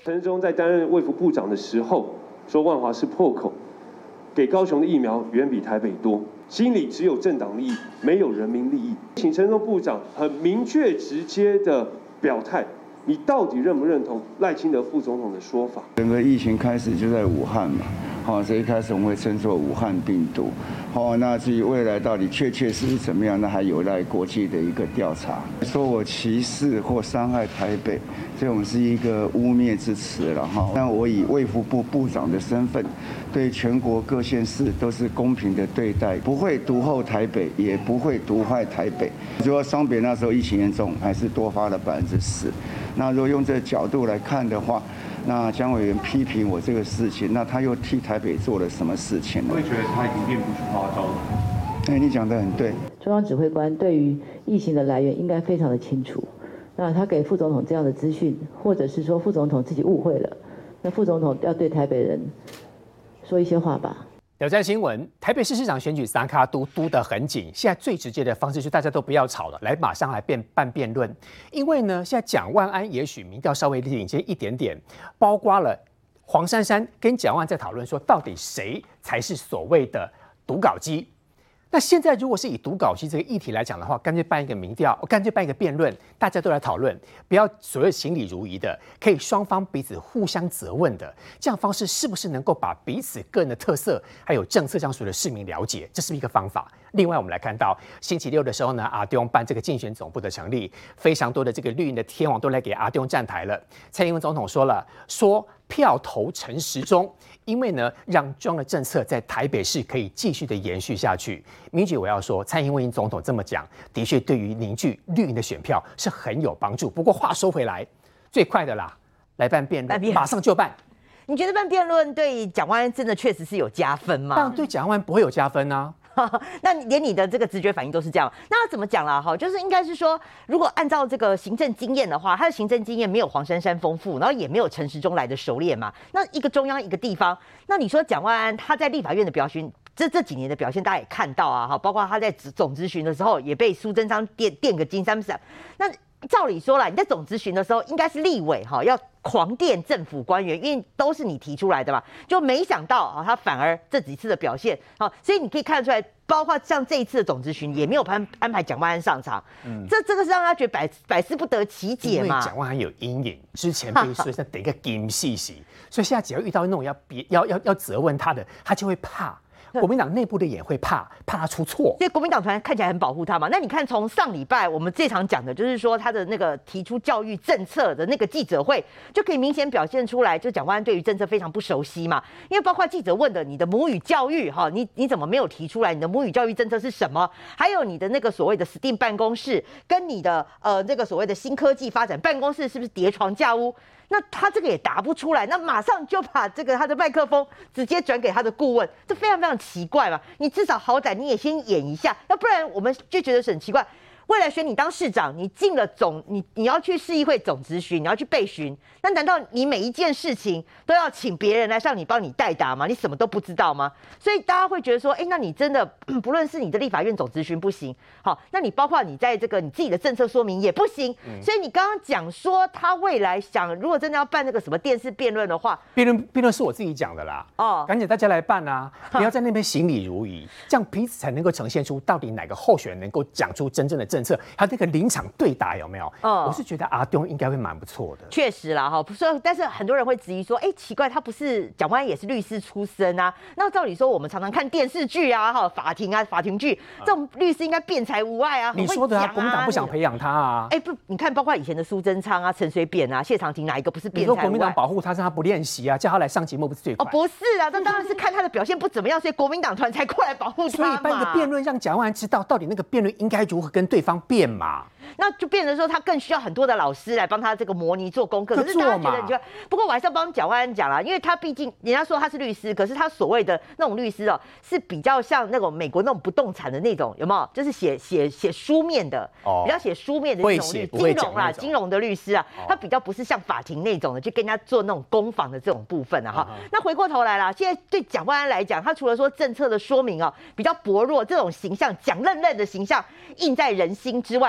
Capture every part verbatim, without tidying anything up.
陈时中在担任卫福部长的时候说万华是破口，给高雄的疫苗远比台北多，心里只有政党利益，没有人民利益。请陈时中部长很明确直接的表态。你到底认不认同赖清德副总统的说法？ 整个疫情开始就在武汉嘛，好，所以一开始我们会称作武汉病毒，好，那至于未来到底确切是怎么样，那还有待国际的一个调查。说我歧视或伤害台北，这种是一个污蔑之词了哈。但我以卫福部部长的身份，对全国各县市都是公平的对待，不会独厚台北，也不会独坏台北。就说双北那时候疫情严重，还是多发了百分之十。那如果用这个角度来看的话，那江委员批评我这个事情，那他又替台北做了什么事情呢？ 我也觉得他已经变不出花招了。 哎，你讲得很对。 中央指挥官对于疫情的来源应该非常的清楚。那他给副总统这样的资讯，或者是说副总统自己误会了，那副总统要对台北人说一些话吧。 挑战新闻，台北市市长选举三卡都督得很紧，现在最直接的方式就是大家都不要吵了，来马上来辩办辩论。因为呢，现在蒋万安也许民调稍微领先一点点，包括了黄珊珊跟蒋万安在讨论说，到底谁才是所谓的读稿机？那现在如果是以读稿机这个议题来讲的话，干脆办一个民调，干脆办一个辩论，大家都来讨论，不要所谓行礼如仪的，可以双方彼此互相责问的，这样方式是不是能够把彼此个人的特色还有政策上所有的市民了解，这是一个方法。另外，我们来看到星期六的时候呢，阿中办这个竞选总部的成立，非常多的这个绿营的天王都来给阿中站台了。蔡英文总统说了，说票投陈时中。因为呢，让中央的政策在台北市可以继续的延续下去。民举我要说，蔡英文总统这么讲，的确对于凝聚绿营的选票是很有帮助。不过话说回来，最快的啦，来办辩论，马上就办。 你觉得办辩论对蒋万安真的确实是有加分吗？ 但对蒋万安不会有加分啊。 那连你的这个直觉反应都是这样，那要怎么讲啦？哈，就是应该是说，如果按照这个行政经验的话，他的行政经验没有黄珊珊丰富，然后也没有陈时中来的熟练嘛。那一个中央一个地方，那你说蒋万安他在立法院的表现，这这几年的表现大家也看到啊，哈，包括他在总质询的时候也被苏贞昌电电个金三闪。那照理说啦，你在总质询的时候应该是立委哈要狂电政府官员，因为都是你提出来的嘛，就没想到啊，他反而这几次的表现，好，所以你可以看得出来，包括像这一次的总质询也没有安安排蒋万安上场，嗯，这这个是让他觉得百百思不得其解嘛。 因为蒋万安有阴影，之前被说是等一个金细细，所以现在只要遇到那种要别要要要责问他的，他就会怕。国民党内部的也会怕，怕他出错， 所以国民党团看起来很保护他嘛。那你看，从上礼拜我们这场讲的，就是说他的那个提出教育政策的那个记者会，就可以明显表现出来，就蒋万安对于政策非常不熟悉嘛。因为包括记者问的，你的母语教育哈，你你怎么没有提出来？你的母语教育政策是什么？还有你的那个所谓的 S T E A M 办公室，跟你的呃那个所谓的新科技发展办公室是不是叠床架屋？那他这个也答不出来，那马上就把这个他的麦克风直接转给他的顾问，这非常非常奇怪嘛！你至少好歹你也先演一下，要不然我们就觉得是很奇怪。未来选你当市长，你进了总，你你要去市议会总质询，你要去备询，那难道你每一件事情都要请别人来让你帮你代答吗？你什么都不知道吗？所以大家会觉得说，哎、欸，那你真的不论是你的立法院总质询不行，好，那你包括你在这个你自己的政策说明也不行。嗯、所以你刚刚讲说他未来想，如果真的要办那个什么电视辩论的话， 辩论辩论是我自己讲的啦。哦，赶紧大家来办啊！不要在那边行礼如仪，这样彼此才能够呈现出到底哪个候选人能够讲出真正的政策，还有那个临场对答有没有？哦，我是觉得阿中应该会蛮不错的。 确实啦，哈，不说，但是很多人会质疑说，哎、欸，奇怪，他不是蒋万安也是律师出身啊？那照理说，我们常常看电视剧啊，哈，法庭啊，法庭剧，这种律师应该辩才无碍啊。 你说的啊，国民党不想培养他啊？ 哎、欸，不，你看，包括以前的苏贞昌啊、陈水扁啊、谢长廷，哪一个不是辩才无碍？ 你说国民党保护他，让他不练习啊，叫他来上节目不是最快？ 哦，不是啊，那当然是看他的表现不怎么样，所以国民党团才过来保护他嘛。 所以办一个辩论，让蒋万安知道到底那个辩论应该如何跟对方辩嘛。 那就变成说，他更需要很多的老师来帮他这个模拟做功课。可是大家觉得你就，不过我还是要帮蒋万安讲啦，因为他毕竟人家说他是律师，可是他所谓的那种律师哦，是比较像那种美国那种不动产的那种，有没有？就是写写写书面的，哦、比较写书面的那种律金融啦，金融的律师啊，他比较不是像法庭那种的，就跟人家做那种攻防的这种部分啊。哈、嗯，那回过头来啦，现在对蒋万安来讲，他除了说政策的说明哦比较薄弱，这种形象蒋愣愣的形象印在人心之外。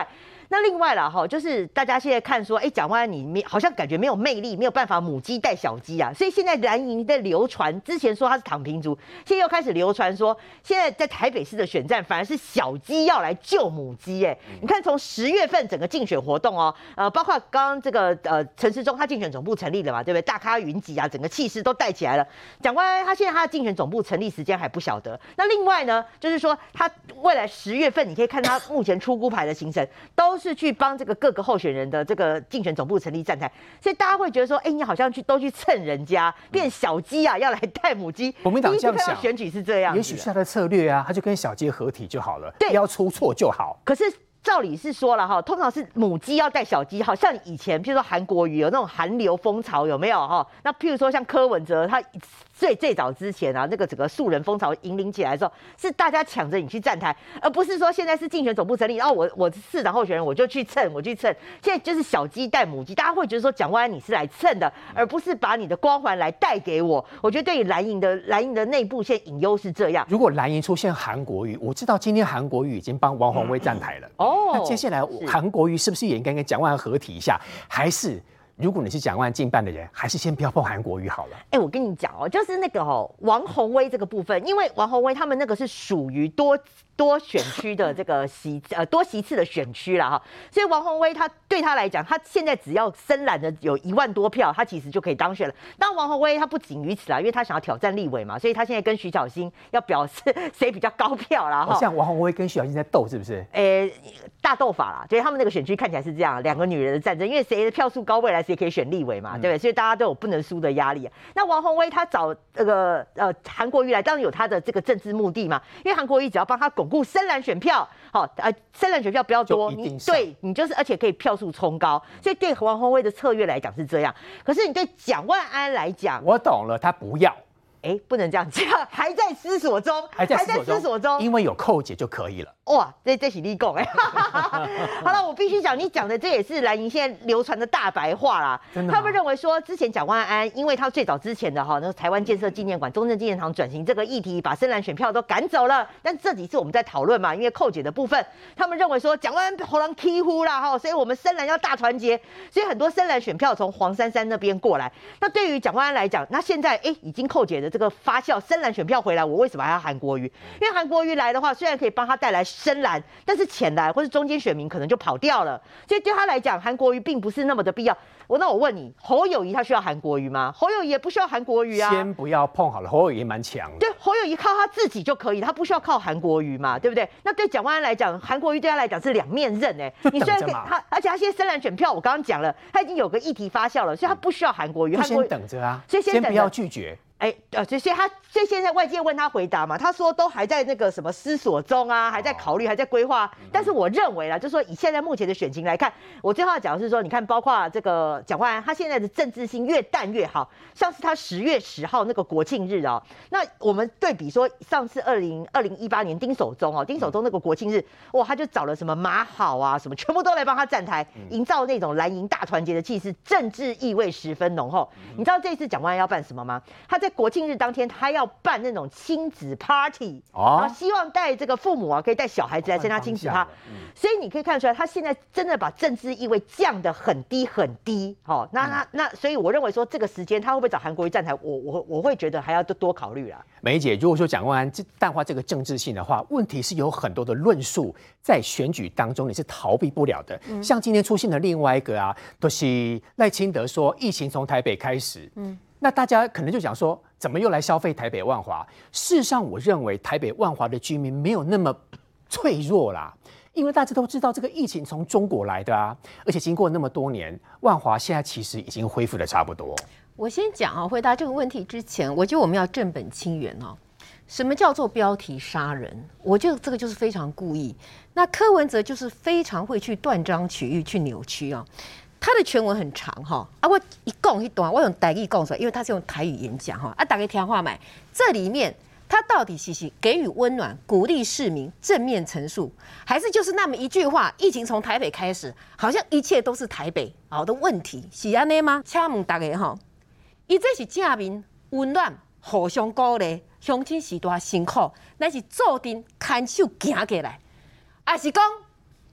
那另外啦哈，就是大家现在看说，哎，蒋万安你没好像感觉没有魅力，没有办法母鸡带小鸡啊，所以现在蓝营在流传，之前说他是躺平族，现在又开始流传说，现在在台北市的选战反而是小鸡要来救母鸡，哎，你看从十月份整个竞选活动哦，呃，包括刚刚这个呃陈时中他竞选总部成立了嘛，对不对？大咖云集啊，整个气势都带起来了。蒋万安他现在他的竞选总部成立时间还不晓得，那另外呢，就是说他未来十月份你可以看他目前出估牌的行程，都是去帮这个各个候选人的这个竞选总部成立站台，所以大家会觉得说，哎，你好像去都去蹭人家，变小鸡啊，要来带母鸡。 国民党这样想， 选举是这样， 也许是他的策略啊，他就跟小鸡合体就好了， 对， 不要出错就好。 可是照理是说了哈，通常是母鸡要带小鸡，好像以前譬如说韩国瑜有那种韩流风潮有没有哈？那譬如说像柯文哲他。最最早之前啊，那个整个素人风潮引领起来的时候，是大家抢着你去站台，而不是说现在是竞选总部成立，然后我我市长候选人我就去蹭，我去蹭。现在就是小鸡带母鸡，大家会觉得说蒋万安你是来蹭的，而不是把你的光环来带给我。我觉得对于蓝营的蓝营的内部现在隐忧是这样。 如果蓝营出现韩国瑜，我知道今天韩国瑜已经帮王宏威站台了，嗯、哦，那接下来韩国瑜是不是也应该跟蒋万安合体一下，还是？如果你是蒋万安近办的人，还是先不要碰韩国瑜好了。 哎、欸，我跟你讲哦，就是那个哦，王宏威这个部分，因为王宏威他们那个是属于多多选区的这个席呃多席次的选区啦哈，所以王宏威他对他来讲，他现在只要深蓝的有一万多票，他其实就可以当选了。当然王宏威他不仅于此啦，因为他想要挑战立委嘛，所以他现在跟徐巧芯要表示谁比较高票啦哈。 像王宏威跟徐巧芯在斗是不是？ 哎、欸，大斗法啦，所以他们那个选区看起来是这样，两个女人的战争，因为谁的票数高，未来谁可以选立委嘛，对不对？所以大家都有不能输的压力、啊。那王宏威他找这个呃韩国瑜来，当然有他的这个政治目的嘛，因为韩国瑜只要帮他巩固深蓝选票，好、哦、呃深蓝选票不要多，你对你就是而且可以票数冲高，所以对王宏威的策略来讲是这样。可是你对蒋万安来讲， 我懂了，他不要。 哎，不能这样讲，还在思索中， 还在思索中， 因为有寇姐就可以了。 哇，这这是立功哎！好了，我必须讲，你讲的这也是蓝营现在流传的大白话啦。他们认为说，之前蒋万安，因为他最早之前的哈，那个台湾建设纪念馆、中正纪念堂转型这个议题，把深蓝选票都赶走了。但这几次我们在讨论嘛，因为寇姐的部分，他们认为说蒋万安喉咙欺负啦哈，所以我们深蓝要大团结，所以很多深蓝选票从黄珊珊那边过来。那对于蒋万安来讲，那现在哎，已经寇姐的这个发酵，深蓝选票回来，我为什么还要韩国瑜？因为韩国瑜来的话，虽然可以帮他带来深蓝，但是浅蓝或是中间选民可能就跑掉了，所以对他来讲，韩国瑜并不是那么的必要。我那我问你，侯友宜他需要韩国瑜吗？侯友宜也不需要韩国瑜啊。 先不要碰好了，侯友宜蛮强的。 对，侯友宜靠他自己就可以，他不需要靠韩国瑜嘛，对不对？那对蒋万安来讲，韩国瑜对他来讲是两面刃哎、欸。你虽然可以他，而且他现在深蓝选票，我刚刚讲了，他已经有个议题发酵了，所以他不需要韩国瑜。 就先等着啊， 所以先等着， 先不要拒绝。 哎，呃，所以他，所以现在外界问他回答嘛，他说都还在那个什么思索中啊，还在考虑，还在规划。但是我认为啦，就是说以现在目前的选情来看，我最后要讲的是说，你看，包括这个蒋万安，他现在的政治性越淡越好，像是他十月十号那个国庆日哦，那我们对比说上次二零二零一八年丁守中哦，丁守中那个国庆日，哇，他就找了什么马好啊，什么全部都来帮他站台，营造那种蓝营大团结的气势，政治意味十分浓厚。你知道这次蒋万安要办什么吗？他在国庆日当天，他要办那种亲子 party，、哦、然后希望带这个父母啊，可以带小孩子来参加亲子趴、嗯。所以你可以看出来，他现在真的把政治意味降得很低很低。好、哦，那那、嗯、那，所以我认为说这个时间他会不会找韩国瑜站台，我我我会觉得还要多多考虑啦。 梅姐，如果说蒋万安淡化这个政治性的话，问题是有很多的论述在选举当中你是逃避不了的。嗯、像今天出现的另外一个啊，都、就是赖清德说疫情从台北开始。嗯。那大家可能就想说，怎么又来消费台北万华？事实上，我认为台北万华的居民没有那么脆弱啦，因为大家都知道这个疫情从中国来的啊，而且经过那么多年，万华现在其实已经恢复的差不多。 我先讲啊，回答这个问题之前，我觉得我们要正本清源哦。什么叫做标题杀人？我觉得这个就是非常故意。那柯文哲就是非常会去断章取义、去扭曲啊。他的全文很长哈，啊，我一讲一段，我用台语讲出来，因为他是用台语演讲哈，啊，大家听话买。这里面他到底是是给予温暖、鼓励市民正面陈述，还是就是那么一句话？疫情从台北开始，好像一切都是台北好的问题，是安尼吗？请问大家哈，伊这是正面温暖、互相鼓励，乡亲时代辛苦，咱是注定牵手行过来，还是讲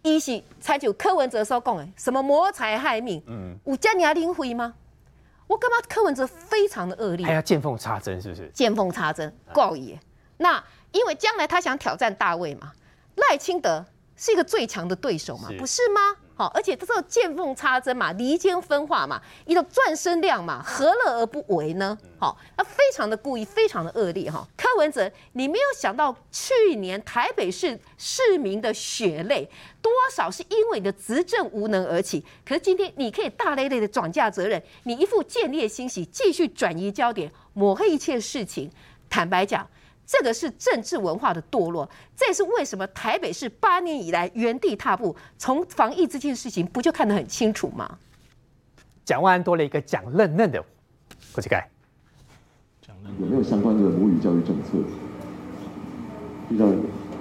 一是采取柯文哲所讲的什么谋财害命，嗯，有这样领会吗？我感觉柯文哲非常的恶劣， 还要见缝插针，是不是？ 见缝插针，够野。那因为将来他想挑战大卫嘛，赖清德是一个最强的对手嘛，不是吗？好，而且这时候见缝插针嘛，离间分化嘛，一个赚声量嘛，何乐而不为呢？好，那非常的故意，非常的恶劣哈。柯文哲，你没有想到去年台北市市民的血泪，多少是因为你的执政无能而起。可是今天你可以大咧咧的转嫁责任，你一副见猎欣喜，继续转移焦点，抹黑一切事情。坦白讲，这个是政治文化的堕落，这也是为什么台北市八年以来原地踏步。从防疫这件事情，不就看得很清楚吗？ 蒋万安多了一个蒋嫩嫩的郭启盖， 有没有相关的母语教育政策？比较。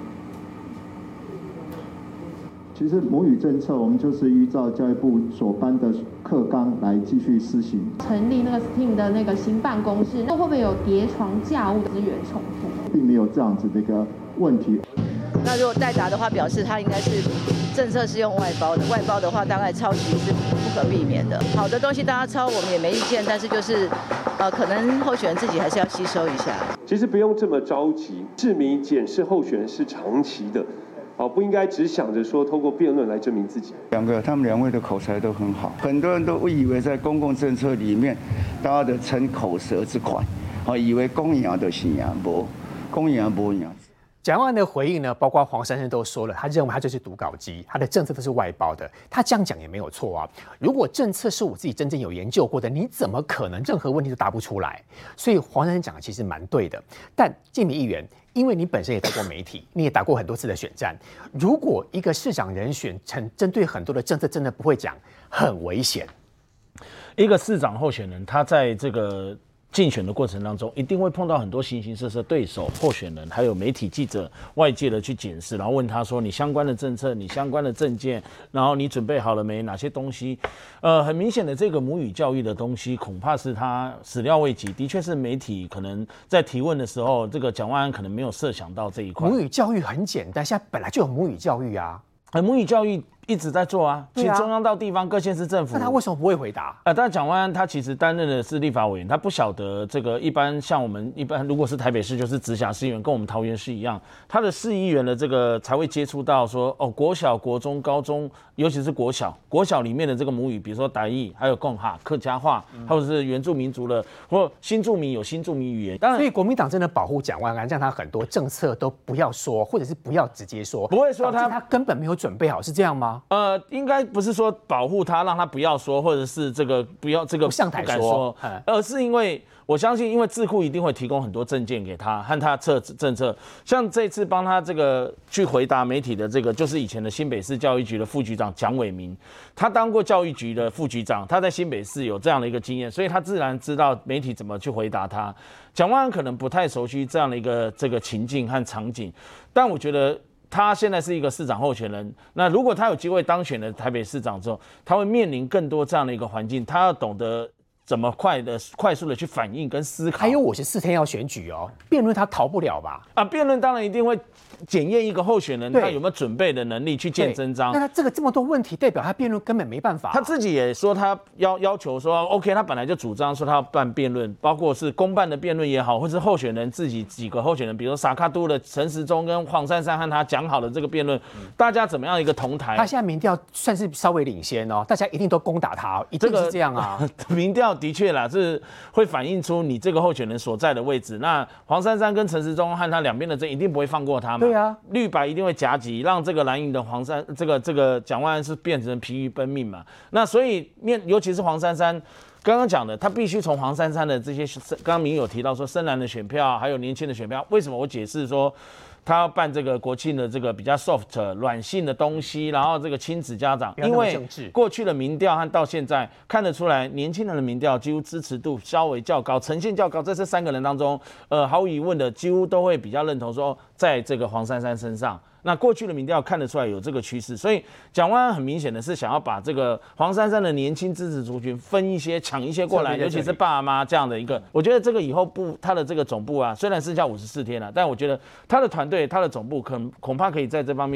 其实母语政策，我们就是依照教育部所颁的课纲来继续施行。 成立那个 S T E A M 的那个新办公室，那会不会有叠床架屋资源重复？ 并没有这样子的一个问题。 那如果代答的话，表示他应该是政策是用外包的，外包的话大概抄袭是不可避免的。好的东西大家抄，我们也没意见，但是就是呃，可能候选人自己还是要吸收一下。 其实不用这么着急，市民检视候选人是长期的。哦，不应该只想着说透过辩论来证明自己。 两个，他们两位的口才都很好，很多人都误以为在公共政策里面，大家的逞口舌之快，好，以为公赢就是赢，不公赢不赢。 蒋万安的回应呢，包括黄珊珊都说了，他认为他就是读稿机，他的政策都是外包的，他这样讲也没有错啊。如果政策是我自己真正有研究过的，你怎么可能任何问题都答不出来？所以黄珊珊讲的其实蛮对的。但健民议员，因为你本身也待过媒体，你也打过很多次的选战，如果一个市长人选针针对很多的政策真的不会讲，很危险。 一个市长候选人，他在这个竞选的过程当中，一定会碰到很多形形色色对手、候选人，还有媒体记者、外界的去检视，然后问他说：“你相关的政策，你相关的政见，然后你准备好了没？哪些东西？”呃，很明显的，这个母语教育的东西，恐怕是他始料未及。的确是媒体可能在提问的时候，这个蒋万安可能没有设想到这一块。 母语教育很简单，现在本来就有母语教育啊。 呃，母语教育一直在做啊，其实中央到地方各县市政府， 那他为什么不会回答？ 呃，但蒋万安他其实担任的是立法委员，他不晓得这个一般像我们一般如果是台北市就是直辖市议员，跟我们桃园市一样，他的市议员的这个才会接触到说哦，国小、国中、高中，尤其是国小，国小里面的这个母语，比如说台语，还有共哈、客家话，或者是原住民族的或新住民有新住民语言。当然， 所以国民党真的保护蒋万安，让他很多政策都不要说，或者是不要直接说， 不会说他他根本没有准备好，是这样吗？ 呃，应该不是说保护他，让他不要说，或者是这个不要这个不上台说， 而是因为我相信，因为智库一定会提供很多政见给他和他策政策。像这次帮他这个去回答媒体的这个，就是以前的新北市教育局的副局长蒋伟民，他当过教育局的副局长，他在新北市有这样的一个经验，所以他自然知道媒体怎么去回答他。蒋万安可能不太熟悉这样的一个这个情境和场景，但我觉得。他现在是一个市长候选人，那如果他有机会当选了台北市长之后，他会面临更多这样的一个环境，他要懂得怎么快的、快速的去反应跟思考。 还有五十四天要选举哦，辩论他逃不了吧？ 啊，辩论当然一定会检验一个候选人他有没有准备的能力去见真章。 那他这个这么多问题，代表他辩论根本没办法、啊。 他自己也说他要要求说 ，OK， 他本来就主张说他要办辩论，包括是公办的辩论也好，或是候选人自己几个候选人，比如说萨卡都的陈时中跟黄珊珊和他讲好的这个辩论，嗯、大家怎么样一个同台？ 他现在民调算是稍微领先哦，大家一定都攻打他、哦，一定是这样啊。 这个、民调的确啦，是会反映出你这个候选人所在的位置。那黄珊珊跟陈时中和他两边的这一定不会放过他嘛？ 对啊， 绿白一定会夹击，让这个蓝营的黄珊这个这个蒋万安是变成疲于奔命嘛？那所以面尤其是黄珊珊。刚刚讲的，他必须从黄珊珊的这些，刚刚民有提到说深蓝的选票，还有年轻的选票，为什么我解释说他要办这个国庆的这个比较 soft 软性的东西，然后这个亲子家长，因为过去的民调和到现在看得出来，年轻人的民调几乎支持度稍微较高，呈现较高，这是三个人当中，呃，毫无疑问的，几乎都会比较认同说，在这个黄珊珊身上。那过去的民调看得出来有这个趋势，所以蒋万安很明显的是想要把这个黄珊珊的年轻支持族群分一些、抢一些过来，尤其是爸妈这样的一个。我觉得这个以后不，他的这个总部啊，虽然剩下五十四天了，但我觉得他的团队、他的总部可能恐怕可以在这方面再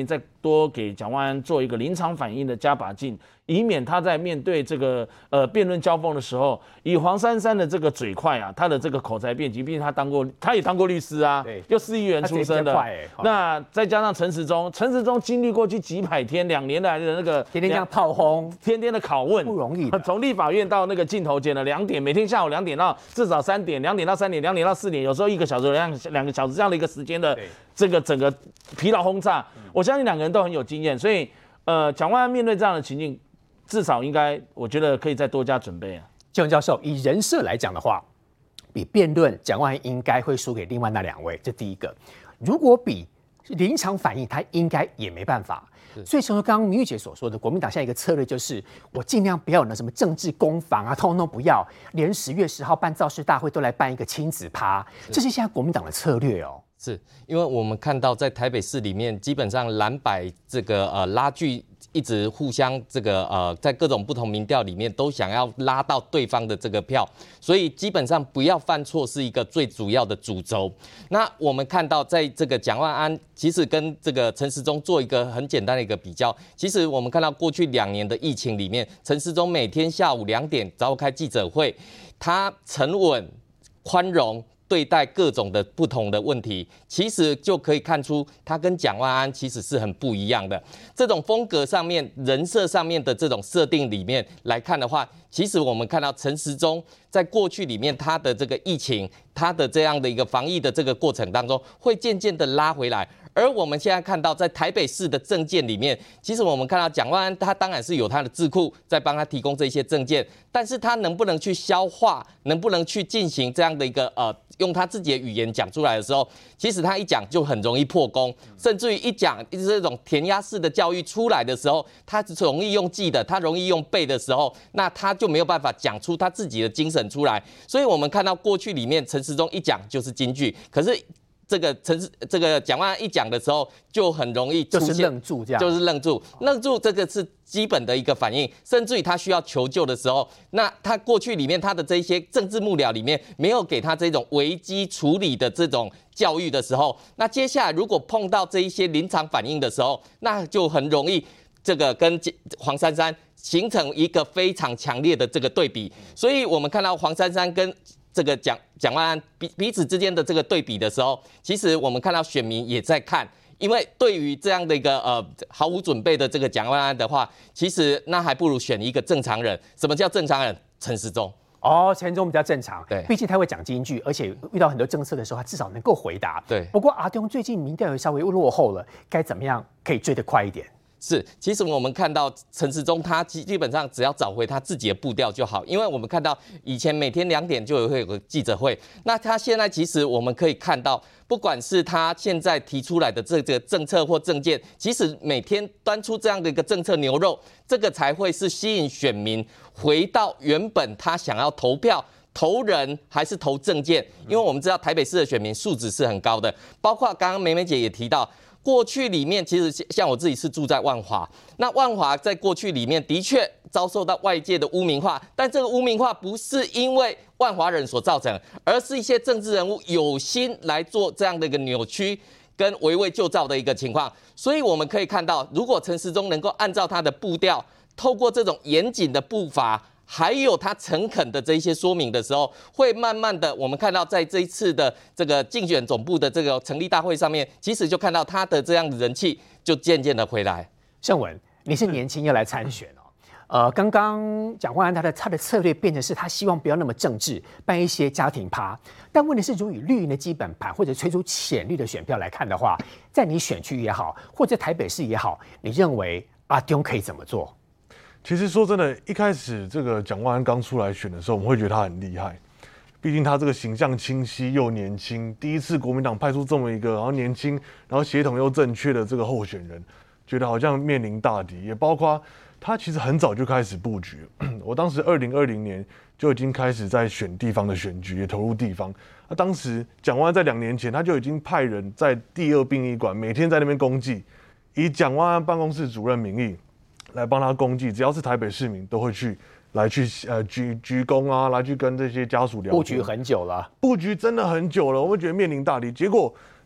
多给蒋万安做一个临场反应的加把劲，以免他在面对这个呃辩论交锋的时候，以黄珊珊的这个嘴快啊，他的这个口才辩捷，毕竟他当过，他也当过律师啊，又市议员出身的，欸、那再加上陈时中，陈时中经历过去几百天、两年来的那个天天这样炮轰， 天天的拷问， 不容易。 从立法院到那个镜头前的两点，每天下午两点到至少三点，两点到三点，两点到四点，有时候一个小时、两两个小时这样的一个时间的这个整个疲劳轰炸，我相信两个人都很有经验，所以呃，蒋万安面对这样的情境。至少应该，我觉得可以再多加准备啊。 建文教授，以人设来讲的话，比辩论蒋万安应该会输给另外那两位，这第一个。如果比临场反应，他应该也没办法。所以，从刚刚明玉姐所说的，国民党现在一个策略就是，我尽量不要有那什么政治攻防啊，通通不要，连十月十号办造势大会都来办一个亲子趴，这是现在国民党的策略哦。 是因为我们看到在台北市里面，基本上蓝白这个呃拉锯。一直互相这个呃，在各种不同民调里面都想要拉到对方的这个票，所以基本上不要犯错是一个最主要的主轴。那我们看到在这个蒋万安，其实跟这个陈时中做一个很简单的一个比较，其实我们看到过去两年的疫情里面，陈时中每天下午两点召开记者会，他沉稳、宽容。对待各种的不同的问题，其实就可以看出他跟蒋万安其实是很不一样的。这种风格上面、人设上面的这种设定里面来看的话，其实我们看到陈时中在过去里面他的这个疫情、他的这样的一个防疫的这个过程当中，会渐渐的拉回来。而我们现在看到，在台北市的政见里面，其实我们看到蒋万安他当然是有他的智库在帮他提供这些政见，但是他能不能去消化，能不能去进行这样的一个呃，用他自己的语言讲出来的时候，其实他一讲就很容易破功，甚至于一讲这种填鸭式的教育出来的时候，他容易用记的，他容易用背的时候，那他就没有办法讲出他自己的精神出来。所以我们看到过去里面陈时中一讲就是金句，可是。这个陈这个蒋万安一讲的时候，就很容易出现就是愣住这样， 就是愣住，愣住这个是基本的一个反应，甚至于他需要求救的时候，那他过去里面他的这些政治幕僚里面没有给他这种危机处理的这种教育的时候，那接下来如果碰到这一些临场反应的时候，那就很容易这个跟黄珊珊形成一个非常强烈的这个对比，所以我们看到黄珊珊跟这个蒋蒋万安彼彼此之间的这个对比的时候，其实我们看到选民也在看，因为对于这样的一个呃毫无准备的这个蒋万安的话，其实那还不如选一个正常人。什么叫正常人？陈时中。 哦，陈时中比较正常， 对， 毕竟他会讲金句，而且遇到很多政策的时候，他至少能够回答。 对。 不过阿东最近民调也稍微落后了，该怎么样可以追得快一点？ 是，其实我们看到陈时中他基基本上只要找回他自己的步调就好，因为我们看到以前每天两点就会有个记者会，那他现在其实我们可以看到，不管是他现在提出来的这个政策或政见，其实每天端出这样的一个政策牛肉，这个才会是吸引选民回到原本他想要投票。投人还是投政见，因为我们知道台北市的选民素质是很高的，包括刚刚梅梅姐也提到。过去里面，其实像我自己是住在万华，那万华在过去里面的确遭受到外界的污名化，但这个污名化不是因为万华人所造成，而是一些政治人物有心来做这样的一个扭曲跟围魏救赵的一个情况。所以我们可以看到，如果陈时中能够按照他的步调，透过这种严谨的步伐。还有他诚恳的这一些说明的时候，会慢慢的，我们看到在这一次的这个竞选总部的这个成立大会上面，其实就看到他的这样的人气就渐渐的回来。 盛文，你是年轻要来参选哦，呃，刚刚蒋万安他的他的策略变成是他希望不要那么政治，办一些家庭趴，但问题是，如果以绿营的基本盘或者推出浅绿的选票来看的话，在你选区也好，或者台北市也好，你认为阿中可以怎么做？ 其实说真的，一开始这个蒋万安刚出来选的时候，我们会觉得他很厉害，毕竟他这个形象清晰又年轻，第一次国民党派出这么一个然后年轻，然后协同又正确的这个候选人，觉得好像面临大敌。也包括他其实很早就开始布局，我当时二零二零年就已经开始在选地方的选举，也投入地方。那当时蒋万安在两年前他就已经派人在第二殡仪馆每天在那边公祭，以蒋万安办公室主任名义。来帮他公祭，只要是台北市民都会去来去呃鞠鞠躬啊，来去跟这些家属聊天。 布局很久了， 布局真的很久了，我们觉得面临大敌。结果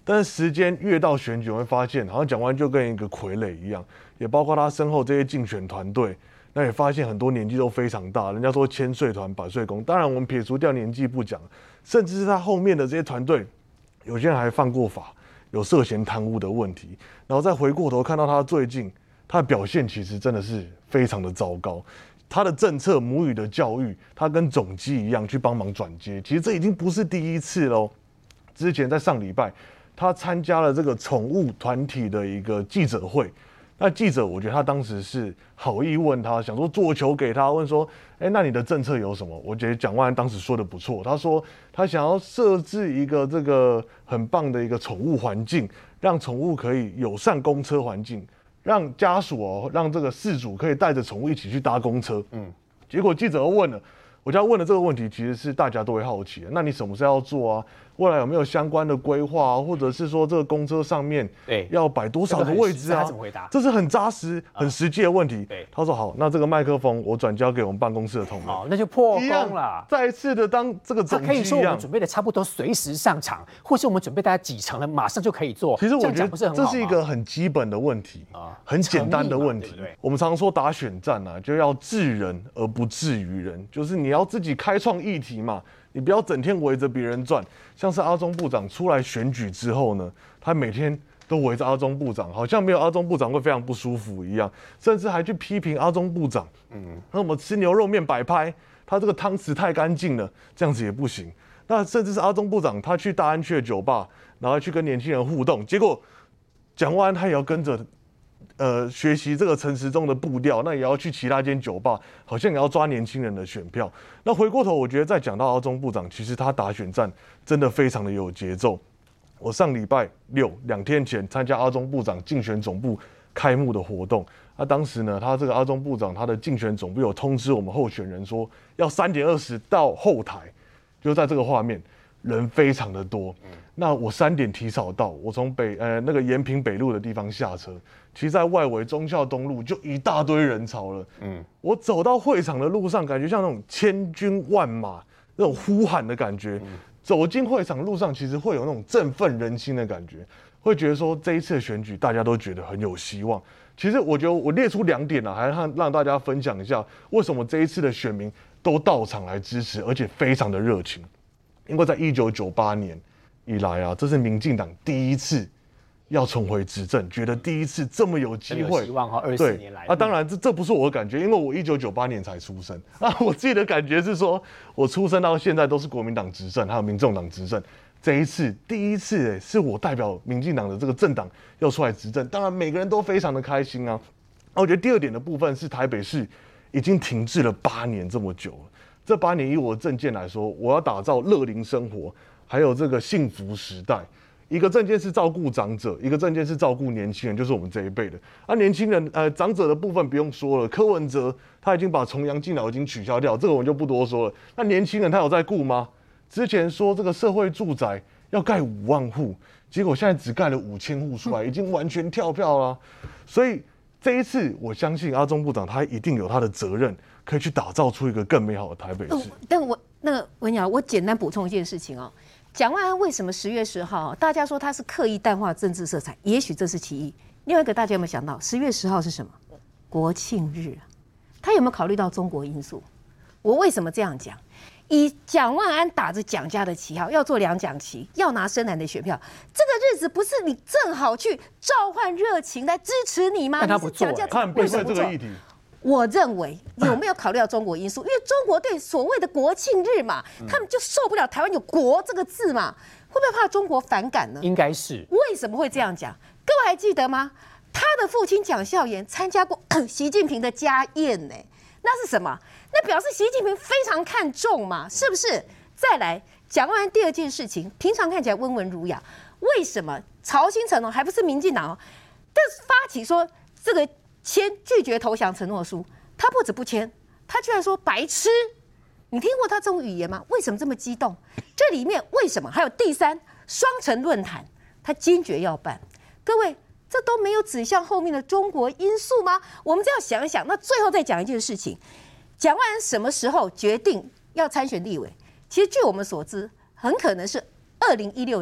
但是时间越到选举，我会发现好像蒋万安就跟一个傀儡一样，也包括他身后这些竞选团队。那也发现很多年纪都非常大，人家说千岁团、百岁功。当然，我们撇除掉年纪不讲，甚至是他后面的这些团队，有些人还犯过法，有涉嫌贪污的问题。然后再回过头看到他最近他的表现，其实真的是非常的糟糕。他的政策母语的教育，他跟总机一样去帮忙转接，其实这已经不是第一次喽。之前在上礼拜，他参加了这个宠物团体的一个记者会。那记者，我觉得他当时是好意问他，想说做球给他，问说，哎、欸，那你的政策有什么？我觉得蒋万安当时说的不错，他说他想要设置一个这个很棒的一个宠物环境，让宠物可以友善公车环境，让家属哦，让这个饲主可以带着宠物一起去搭公车。嗯，结果记者又问了，我家问的这个问题其实是大家都会好奇的，那你什么时候要做啊？未来有没有相关的规划、啊，或者是说这个公车上面要摆多少个位置啊？ 怎么回答？ 这是很扎实、很实际的问题。 对， 他说好，那这个麦克风我转交给我们办公室的同仁。 好，那就破功了。 再一次的当这个总机一样， 可以说我们准备的差不多，随时上场，或是我们准备大概几成了，马上就可以做。 其实我觉得不是很好这是一个很基本的问题啊，很简单的问题。对对，我们常说打选战啊，就要治人而不治于人，就是你要自己开创议题嘛。你不要整天围着别人转，像是阿中部长出来选举之后呢，他每天都围着阿中部长，好像没有阿中部长会非常不舒服一样，甚至还去批评阿中部长。嗯，那我们吃牛肉面摆拍，他这个汤匙太干净了，这样子也不行。那甚至是阿中部长他去大安区的酒吧，然后去跟年轻人互动，结果蒋万安他也要跟着。呃，学习这个陈时中的步调，那也要去其他间酒吧，好像也要抓年轻人的选票。那回过头，我觉得再讲到阿中部长，其实他打选战真的非常的有节奏。我上礼拜六两天前参加阿中部长竞选总部开幕的活动，那、啊、当时呢，他这个阿中部长他的竞选总部有通知我们候选人说，要三点二十到后台，就在这个画面。人非常的多，那我三点提早到，我从北呃那个延平北路的地方下车，其实在外围忠孝东路就一大堆人潮了。嗯，我走到会场的路上，感觉像那种千军万马那种呼喊的感觉。嗯、走进会场路上，其实会有那种振奋人心的感觉，会觉得说这一次的选举大家都觉得很有希望。其实我觉得我列出两点啊，还让让大家分享一下为什么这一次的选民都到场来支持，而且非常的热情。因为在一九九八年以来啊，这是民进党第一次要重回执政，觉得第一次这么有机会， 希望哈，二十四年来啊，当然这这不是我的感觉，因为我一九九八年才出生啊，我自己的感觉是说，我出生到现在都是国民党执政，还有民众党执政，这一次第一次哎，是我代表民进党的这个政党要出来执政，当然每个人都非常的开心啊。我觉得第二点的部分是台北市已经停滞了八年这么久了。这八年以我的政见来说，我要打造乐龄生活，还有这个幸福时代。一个政见是照顾长者，一个政见是照顾年轻人，就是我们这一辈的。啊，年轻人呃长者的部分不用说了，柯文哲他已经把重阳敬老已经取消掉，这个我们就不多说了。那年轻人他有在顾吗？之前说这个社会住宅要盖五万户，结果现在只盖了五千户出来，已经完全跳票了。所以这一次，我相信阿中部长他一定有他的责任。可以去打造出一个更美好的台北市。呃、 但我那个文瑶，我简单补充一件事情哦。蒋万安为什么十月十号，大家说他是刻意淡化政治色彩？也许这是其一。另外一个，大家有没有想到，十月十号是什么？国庆日。他有没有考虑到中国因素？我为什么这样讲？以蒋万安打着蒋家的旗号，要做两蒋旗，要拿深蓝的选票，这个日子不是你正好去召唤热情来支持你吗？ 但他不做， 他很背会这个议题。 我认为有没有考虑到中国因素？因为中国对所谓的国庆日嘛，他们就受不了台湾有“国”这个字嘛，会不会怕中国反感呢？ 应该是。 为什么会这样讲？各位还记得吗？他的父亲蒋孝严参加过习近平的家宴呢，那是什么？那表示习近平非常看重嘛，是不是？再来，蒋万安第二件事情，平常看起来温文儒雅，为什么曹新成哦，还不是民进党哦，但是发起说这个。签拒绝投降承诺书，他不止不签，他居然说白痴。你听过他这种语言吗？为什么这么激动？这里面为什么还有第三双城论坛，他坚决要办？各位，这都没有指向后面的中国因素吗？我们这样想一想。那最后再讲一件事情：蒋万安什么时候决定要参选立委？其实据我们所知，很可能是二零一六年，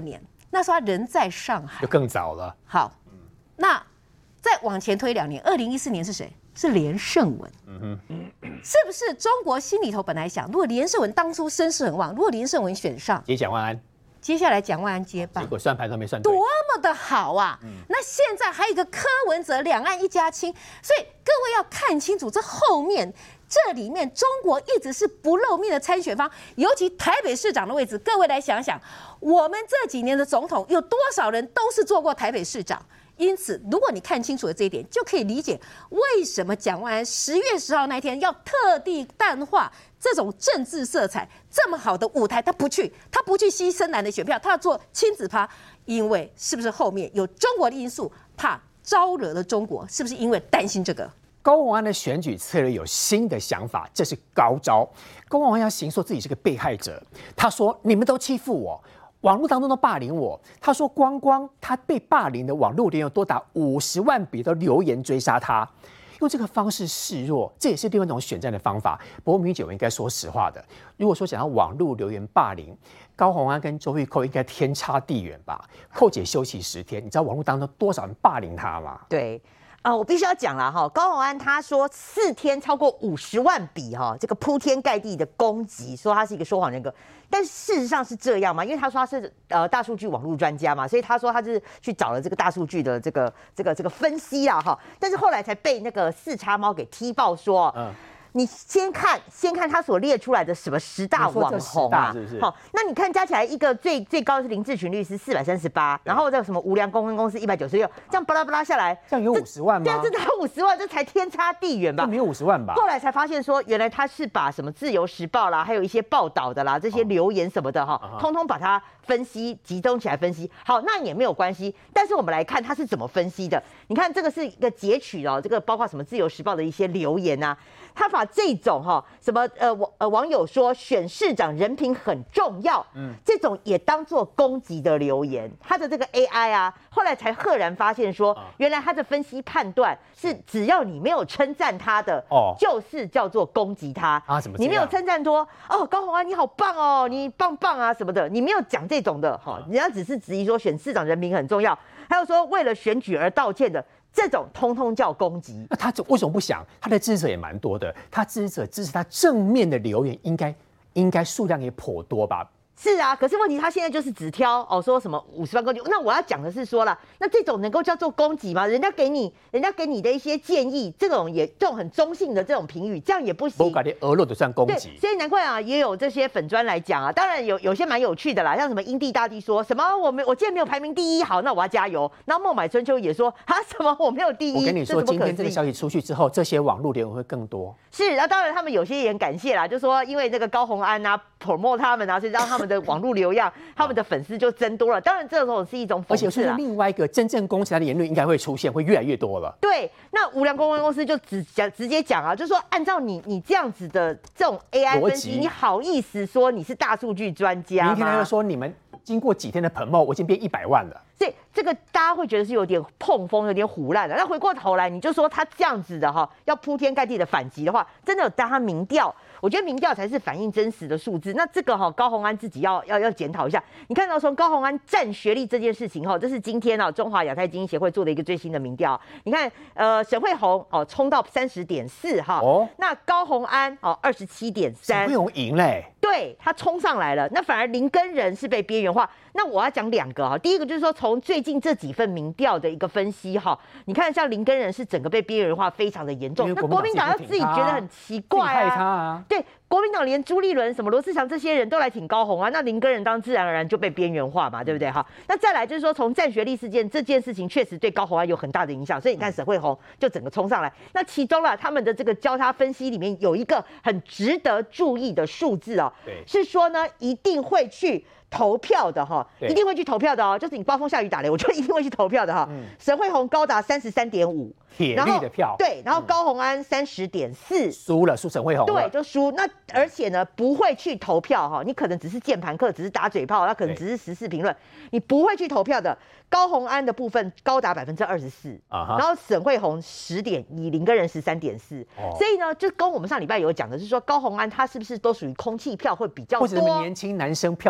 那时候他人在上海， 就更早了。 好，那再往前推两年，二零一四年是谁？是连胜文。 嗯哼， 是不是中国心里头本来想，如果连胜文当初声势很旺，如果连胜文选上， 接蒋万安， 接下来蒋万安接棒， 结果算盘都没算对， 多么的好啊！嗯、那现在还有一个柯文哲，两岸一家亲，所以各位要看清楚，这后面这里面中国一直是不露面的参选方，尤其台北市长的位置，各位来想想，我们这几年的总统有多少人都是做过台北市长。因此，如果你看清楚了这一点，就可以理解为什么蒋万安十月十号那天要特地淡化这种政治色彩，这么好的舞台他不去，他不去吸深蓝的选票，他要做亲子趴，因为是不是后面有中国的因素，怕招惹了中国，是不是因为担心这个？ 高虹安的选举策略有新的想法，这是高招。高虹安要行说自己是个被害者，他说你们都欺负我。网络当中都霸凌我，他说光光他被霸凌的网络留言有多达五十万笔的留言追杀他，用这个方式示弱，这也是另外一种选战的方法。不过米姐我应该说实话的，如果说想要网络留言霸凌，高虹安跟周玉蔻应该天差地远吧？蔻姐休息十天，你知道网络当中多少人霸凌他吗？ 对。啊、呃，我必须要讲了哈，高虹安他说四天超过五十万笔哈，这个铺天盖地的攻击，说他是一个说谎人格，但事实上是这样吗？因为他说他是呃大数据网络专家嘛，所以他说他是去找了这个大数据的这个这个这个分析啦哈，但是后来才被那个四叉猫给踢爆说，嗯。你先看，先看他所列出来的什么十大网红啊， 是不是？ 好，那你看加起来一个最最高的是林志群律师四百三十八，然后这个什么无良公关公司一百九十六，这样巴拉巴拉下来， 这样有五十万吗？ 对啊，这才五十万，这才天差地远吧？ 没有五十万吧？ 后来才发现说，原来他是把什么自由时报啦，还有一些报道的啦，这些留言什么的哈，哦、通通把它分析集中起来分析。好，那也没有关系，但是我们来看他是怎么分析的。你看这个是一个截取哦，这个包括什么自由时报的一些留言啊。他把这种哈什么呃网呃网友说选市长人品很重要，嗯，这种也当作攻击的留言，他的这个 A I 啊，后来才赫然发现说，原来他的分析判断是只要你没有称赞他的，哦，就是叫做攻击他啊，怎么？ 你没有称赞说哦高虹安你好棒哦，你棒棒啊什么的，你没有讲这种的哈，人家只是质疑说选市长人品很重要，还有说为了选举而道歉的。这种通通叫攻击， 那他为什么不想？他的支持者也蛮多的，他支持者支持他正面的留言应该应该数量也颇多吧？ 是啊，可是问题他现在就是只挑哦，说什么五十万攻击。那我要讲的是说了，那这种能够叫做攻击吗？人家给你，人家给你的一些建议，这种也这种很中性的这种评语，这样也不行。 我感觉俄罗的算攻击， 所以难怪啊，也有这些粉专来讲啊。当然有有些蛮有趣的啦，像什么英帝大帝说什么我没我既然没有排名第一，好，那我要加油。然后孟买春秋也说啊什么我没有第一。 我跟你说，今天这个消息出去之后，这些网络留言会更多。 是，那当然他们有些也很感谢啦，就说因为那个高虹安啊 promote 他们啊，所以让他们的网络流量。他们的粉丝就增多了，当然这种是一种讽刺， 而且是另外一个真正攻击他的言论应该会出现，会越来越多了。 对，那无良公关公司就直讲直接讲啊，就说按照你你这样子的这种 A I 分析，你好意思说你是大数据专家吗？ 明天他又说你们经过几天的 promote， 我已经变一百万了。 所以这个大家会觉得是有点碰风，有点唬烂的。那回过头来，你就说他这样子的哈，要铺天盖地的反击的话，真的有当他民调。我觉得民调才是反映真实的数字。那这个哈，高虹安自己要要要检讨一下。你看到从高虹安占学历这件事情哈，这是今天啊中华亚太精英协会做的一个最新的民调。你看，呃，沈慧虹哦冲到三十点四哈，哦，那高虹安哦二十七点三， 沈慧虹赢嘞， 对他冲上来了。那反而林耕仁是被边缘化。那我要讲两个哈，第一个就是说从最近这几份民调的一个分析哈，你看像林耕仁是整个被边缘化非常的严重，那国民党要自己觉得很奇怪啊， 他啊对。国民党连朱立伦、什么罗志祥这些人都来挺高虹啊，那林耕仁当自然而然就被边缘化嘛，对不对？哈，那再来就是说，从占学历事件这件事情确实对高虹安有很大的影响，所以你看沈慧虹就整个冲上来。那其中啊，他们的这个交叉分析里面有一个很值得注意的数字哦，是说呢一定会去投票的哈，一定会去投票的哦，就是你刮风下雨打雷，我就一定会去投票的哈。嗯、沈慧虹高达三十三点五。 铁力的票对，然后高虹安三十点四， 输了，输沈慧虹对，就输。那而且呢，不会去投票哈，你可能只是键盘客，只是打嘴炮，他可能只是时事评论，你不会去投票的。高虹安的部分高达百分之二十四，然后沈慧虹十点一，林耕仁十三点四，所以呢，就跟我们上礼拜有讲的是说，高虹安他是不是都属于空气票会比较多， 或者年轻男生票居多，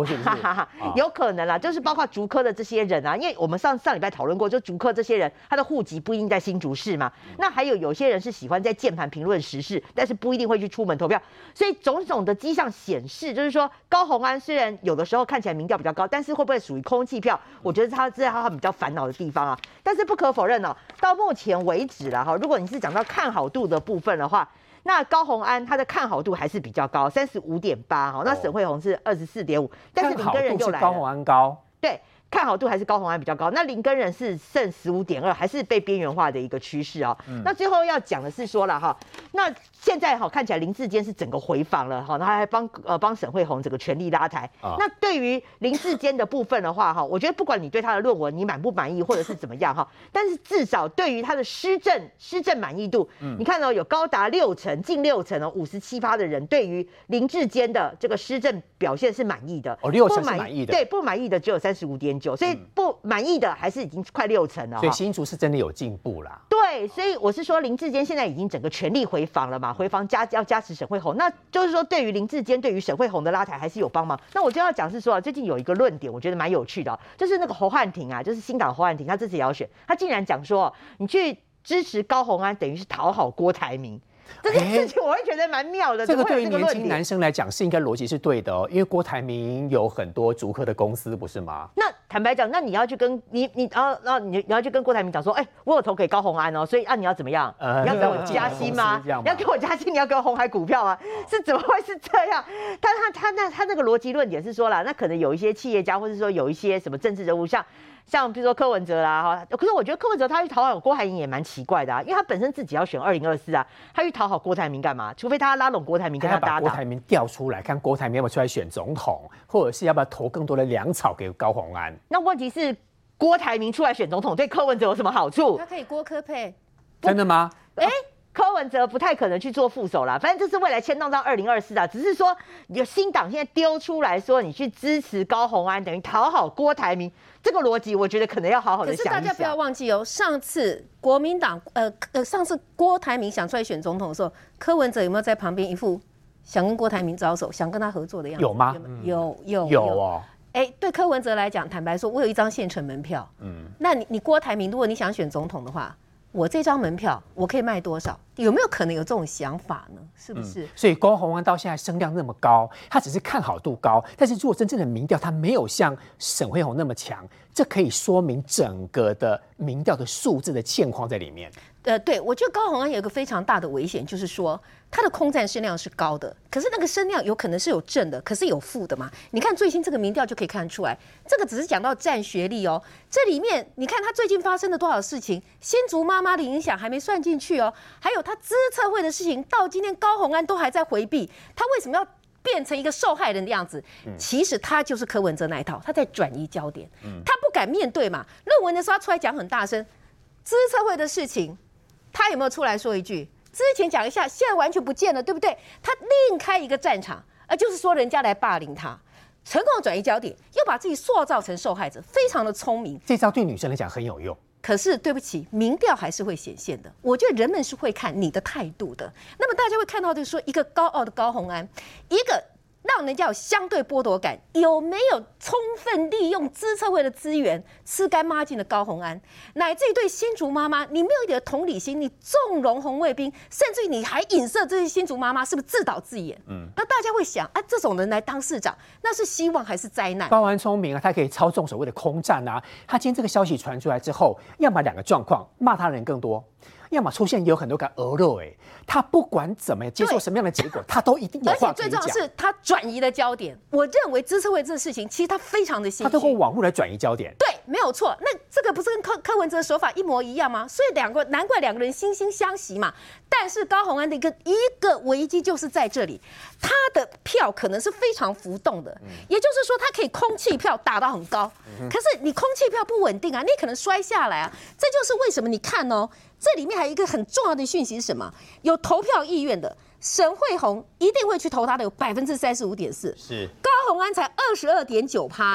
多，是不是？ 有可能啦，就是包括竹科的这些人啊，因为我们上上礼拜讨论过，就竹科这些人，他的户籍不一定在新竹市嘛。那还有有些人是喜欢在键盘评论时事，但是不一定会去出门投票。所以种种的迹象显示，就是说高虹安虽然有的时候看起来民调比较高，但是会不会属于空气票？我觉得他这是他比较烦恼的地方啊。但是不可否认哦，到目前为止啦哈，如果你是讲到看好度的部分的话，那高虹安他的看好度还是比较高，三十五点八哈。那沈慧虹是二十四点五，但是林根仁又来了。 高虹安高， 对。看好度还是高虹安比较高，那林根仁是剩十五点二，还是被边缘化的一个趋势啊。嗯、那最后要讲的是说了哈，那现在哈看起来林智坚是整个回访了哈，那还帮呃帮沈慧虹整个全力拉抬。啊、那对于林智坚的部分的话哈，我觉得不管你对他的论文你满不满意或者是怎么样哈，但是至少对于他的施政施政满意度，嗯、你看到、哦、有高达六成近六成哦，五十七趴的人对于林智坚的这个施政表现是满意的。 哦，六成是满意的， 对，不满意的只有三十五点九。所以不满意的还是已经快六成了， 所以新竹是真的有进步啦。 对，所以我是说林智坚现在已经整个全力回访了嘛，回访加要加持沈慧虹，那就是说对于林智坚对于沈慧虹的拉抬还是有帮忙。那我就要讲是说，最近有一个论点，我觉得蛮有趣的、哦，就是那个侯汉廷啊，就是新党侯汉廷，他这次也要选，他竟然讲说，你去支持高虹安，等于是讨好郭台铭。这件事情我会觉得蛮妙的。 这个对于年轻男生来讲是应该逻辑是对的哦，因为郭台铭有很多竹科的公司，不是吗？ 那坦白讲，那你要去跟你你然后然后你你要去跟郭台铭讲说，哎、欸，我有投给高虹安哦，所以啊你要怎么样？呃、你要给我加薪吗？你要给我加薪？你要给我鸿海股票吗？是怎么会是这样？但他他那他那个逻辑论点是说啦，那可能有一些企业家，或者说有一些什么政治人物，像。像比如说柯文哲啦，哈，可是我觉得柯文哲他去讨好郭台铭也蛮奇怪的啊，因为他本身自己要选二零二四啊，他去讨好郭台铭干嘛？除非他拉拢郭台铭跟他搭档， 把郭台铭调出来，看郭台铭要不要出来选总统，或者是要不要投更多的粮草给高虹安。 那问题是郭台铭出来选总统对柯文哲有什么好处？ 他可以郭柯配， 真的吗？ 哎、欸。柯文哲不太可能去做副手啦，反正这是未来牵动到二零二四啊。只是说有新党现在丢出来说，你去支持高虹安，等于讨好郭台铭，这个逻辑我觉得可能要好好的想一想。 可是大家不要忘记哦，上次国民党呃呃，上次郭台铭想出来选总统的时候，柯文哲有没有在旁边一副想跟郭台铭招手、想跟他合作的样子？ 有吗？ 有有有哦。 哎，对柯文哲来讲，坦白说，我有一张现成门票。嗯，那你你郭台铭，如果你想选总统的话。我这张门票我可以卖多少？有没有可能有这种想法呢？是不是？嗯、 所以高虹安到现在声量那么高，他只是看好度高，但是如果真正的民调他没有像沈慧虹那么强，这可以说明整个的民调的数字的现况在里面。 呃，对，我觉得高虹安有一个非常大的危险，就是说他的空战声量是高的，可是那个声量有可能是有正的，可是有负的嘛？你看最新这个民调就可以看得出来，这个只是讲到占学历哦，这里面你看他最近发生了多少事情，新竹妈妈的影响还没算进去哦，还有他资策会的事情，到今天高虹安都还在回避，他为什么要变成一个受害人的样子？嗯、其实他就是柯文哲那一套，他在转移焦点，嗯、他不敢面对嘛。论文的时候他出来讲很大声，资策会的事情。他有没有出来说一句？之前讲一下，现在完全不见了，对不对？他另开一个战场，而就是说人家来霸凌他，成功的转移焦点，又把自己塑造成受害者，非常的聪明。 这招对女生来讲很有用。 可是对不起，民调还是会显现的。我觉得人们是会看你的态度的。那么大家会看到，就是说一个高傲的高虹安，一个。让人家有相对剥夺感，有没有充分利用资策会的资源吃干抹净的高虹安，乃至于对新竹妈妈，你没有一点同理心，你纵容红卫兵，甚至于你还影射这些新竹妈妈是不是自导自演？嗯，那大家会想啊，这种人来当市长，那是希望还是灾难？ 高虹安聪明啊，他可以操纵所谓的空战啊。他今天这个消息传出来之后，要么两个状况，骂他的人更多。要么出现有很多个鹅肉，哎，他不管怎么接受什么样的结果，他都一定有话可以讲。 而且最重要的是，他转移了焦点。我认为资策会这个事情，其实他非常的心虚， 他通过网络来转移焦点。 对，没有错。那这个不是跟柯柯文哲的手法一模一样吗？所以两个难怪两个人惺惺相惜嘛。但是高虹安的一个一个危机就是在这里，他的票可能是非常浮动的，嗯、也就是说，他可以空气票打到很高，嗯、可是你空气票不稳定啊，你可能摔下来啊。这就是为什么你看哦。这里面还有一个很重要的讯息是什么？有投票意愿的沈慧虹一定会去投他的，有百分之三十五点四。 是高虹安才二十二点九趴，哎，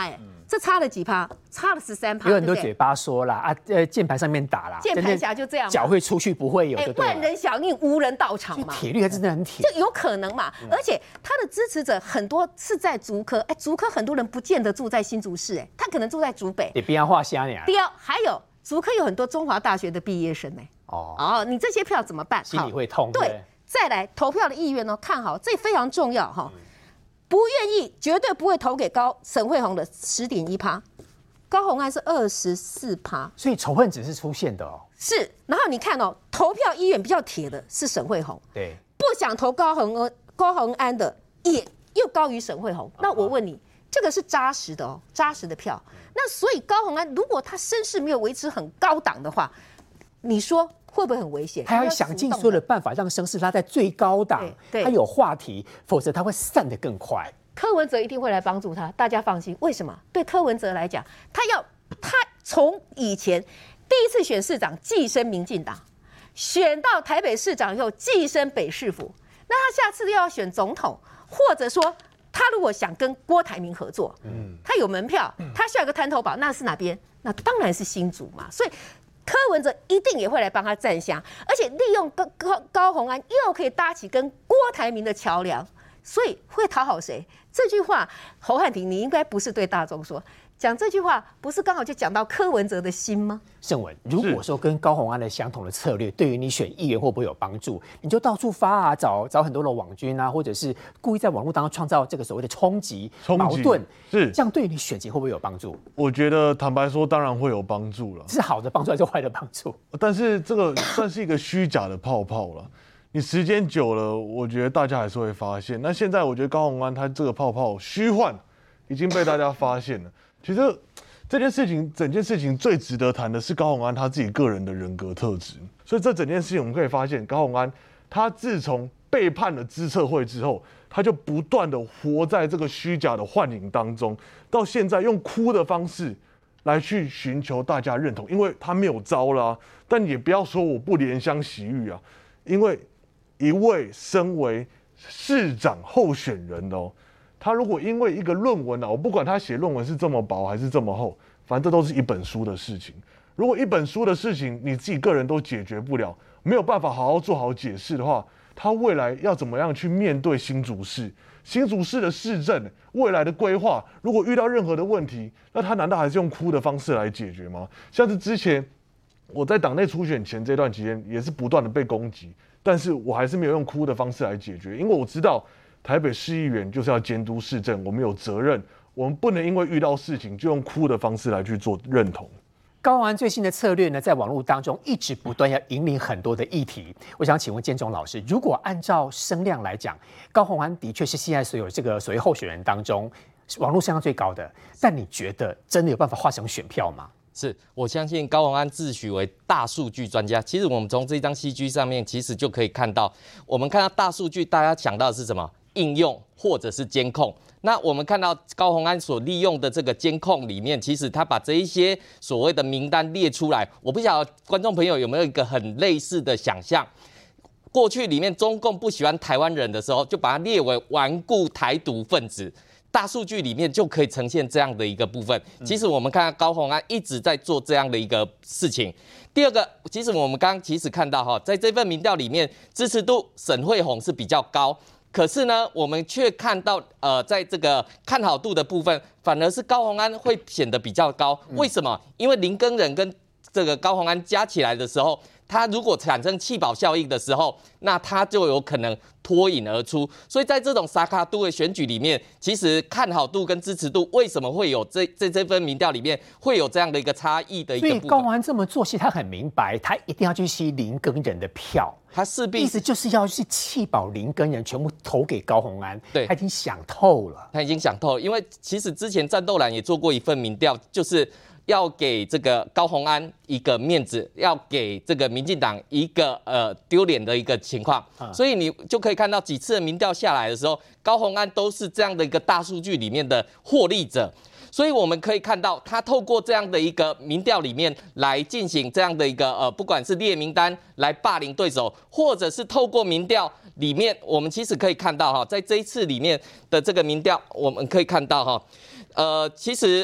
这差了几趴？差了十三趴。 有很多嘴巴说啦，啊，呃，键盘上面打啦， 键盘侠就这样， 脚会出去不会有， 哎，万人响应，无人到场嘛。 铁律还真的很铁， 就有可能嘛。嗯、而且他的支持者很多是在竹科，哎，竹科很多人不见得住在新竹市，哎，他可能住在竹北。 你不要画瞎呀。 第二，还有竹科有很多中华大学的毕业生呢。哦哦，你这些票怎么办？ 心里会痛。 对，再来投票的意愿呢？看好，这非常重要哈。嗯不愿意，绝对不会投给高沈慧虹的十点一趴，高虹安是二十四趴， 所以仇恨值是出现的哦。 是，然后你看哦，投票意愿比较铁的是沈慧虹， 对， 不想投高虹安高虹安的也又高于沈慧虹。那我问你，这个是扎实的哦，扎实的票。那所以高虹安如果他声势没有维持很高档的话，你说？会不会很危险？ 他要想尽所有的办法让声势拉在最高档，他有话题，否则他会散得更快。 柯文哲一定会来帮助他，大家放心。为什么？对柯文哲来讲，他要他从以前第一次选市长寄生民进党，选到台北市长以后寄生北市府，那他下次又要选总统，或者说他如果想跟郭台铭合作，嗯，他有门票，他需要一个滩头堡，那是哪边？那当然是新竹嘛，所以。柯文哲一定也会来帮他站下，而且利用高高高虹安又可以搭起跟郭台铭的桥梁，所以会讨好谁？这句话，侯汉廷，你应该不是对大众说，讲这句话，不是刚好就讲到柯文哲的心吗？ 盛文，如果说跟高虹安的相同的策略，对于你选议员会不会有帮助？你就到处发啊，找找很多的网军啊，或者是故意在网络当中创造这个所谓的冲击、矛盾， 是这样对于你选情会不会有帮助？ 我觉得坦白说，当然会有帮助了。 是好的帮助还是坏的帮助？ 但是这个算是一个虚假的泡泡了。你时间久了，我觉得大家还是会发现。那现在我觉得高虹安他这个泡泡虚幻已经被大家发现了。其实这件事情，整件事情最值得谈的是高虹安他自己个人的人格特质。所以这整件事情我们可以发现，高虹安他自从背叛了资策会之后，他就不断的活在这个虚假的幻影当中，到现在用哭的方式来去寻求大家认同，因为他没有招了啊。但也不要说我不怜香惜玉啊，因为一位身为市长候选人哦，他如果因为一个论文啊，我不管他写论文是这么薄还是这么厚，反正这都是一本书的事情。如果一本书的事情你自己个人都解决不了，没有办法好好做好解释的话，他未来要怎么样去面对新竹市？新竹市的市政未来的规划，如果遇到任何的问题，那他难道还是用哭的方式来解决吗？像是之前我在党内初选前这段期间，也是不断的被攻击。但是我还是没有用哭的方式来解决，因为我知道台北市议员就是要监督市政，我们有责任，我们不能因为遇到事情就用哭的方式来去做认同。 高虹安最新的策略呢，在网络当中一直不断要引领很多的议题。我想请问建中老师，如果按照声量来讲，高虹安的确是现在所有这个所谓候选人当中网络声量最高的，但你觉得真的有办法化成选票吗？ 是我相信高虹安自诩为大数据专家。其实我们从这张 C G 上面，其实就可以看到，我们看到大数据，大家想到的是什么？应用或者是监控。那我们看到高虹安所利用的这个监控里面，其实他把这一些所谓的名单列出来。我不晓得观众朋友有没有一个很类似的想象？过去里面中共不喜欢台湾人的时候，就把它列为顽固台独分子。大数据里面就可以呈现这样的一个部分。其实我们看到高虹安一直在做这样的一个事情。第二个，其实我们刚刚其实看到哈，在这份民调里面，支持度沈慧虹是比较高，可是呢，我们却看到呃，在这个看好度的部分，反而是高虹安会显得比较高。为什么？因为林耕仁跟这个高虹安加起来的时候，它如果产生弃保效应的时候，那它就有可能脱颖而出。所以在这种萨卡都的选举里面，其实看好度跟支持度为什么会有这这这份民调里面会有这样的一个差异的一个部分？ 所以高虹安这么做，其实他很明白，他一定要去吸林耕仁的票， 他势必意思就是要去弃保林耕仁，全部投给高虹安。 对， 他已经想透了， 他已经想透了，因为其实之前战斗蓝也做过一份民调，就是要给这个高虹安一个面子，要给这个民进党一个呃丢脸的一个情况，啊、所以你就可以看到几次的民调下来的时候，高虹安都是这样的一个大数据里面的获利者。所以我们可以看到，他透过这样的一个民调里面来进行这样的一个呃，不管是列名单来霸凌对手，或者是透过民调里面，我们其实可以看到哈，在这一次里面的这个民调，我们可以看到哈，呃，其实。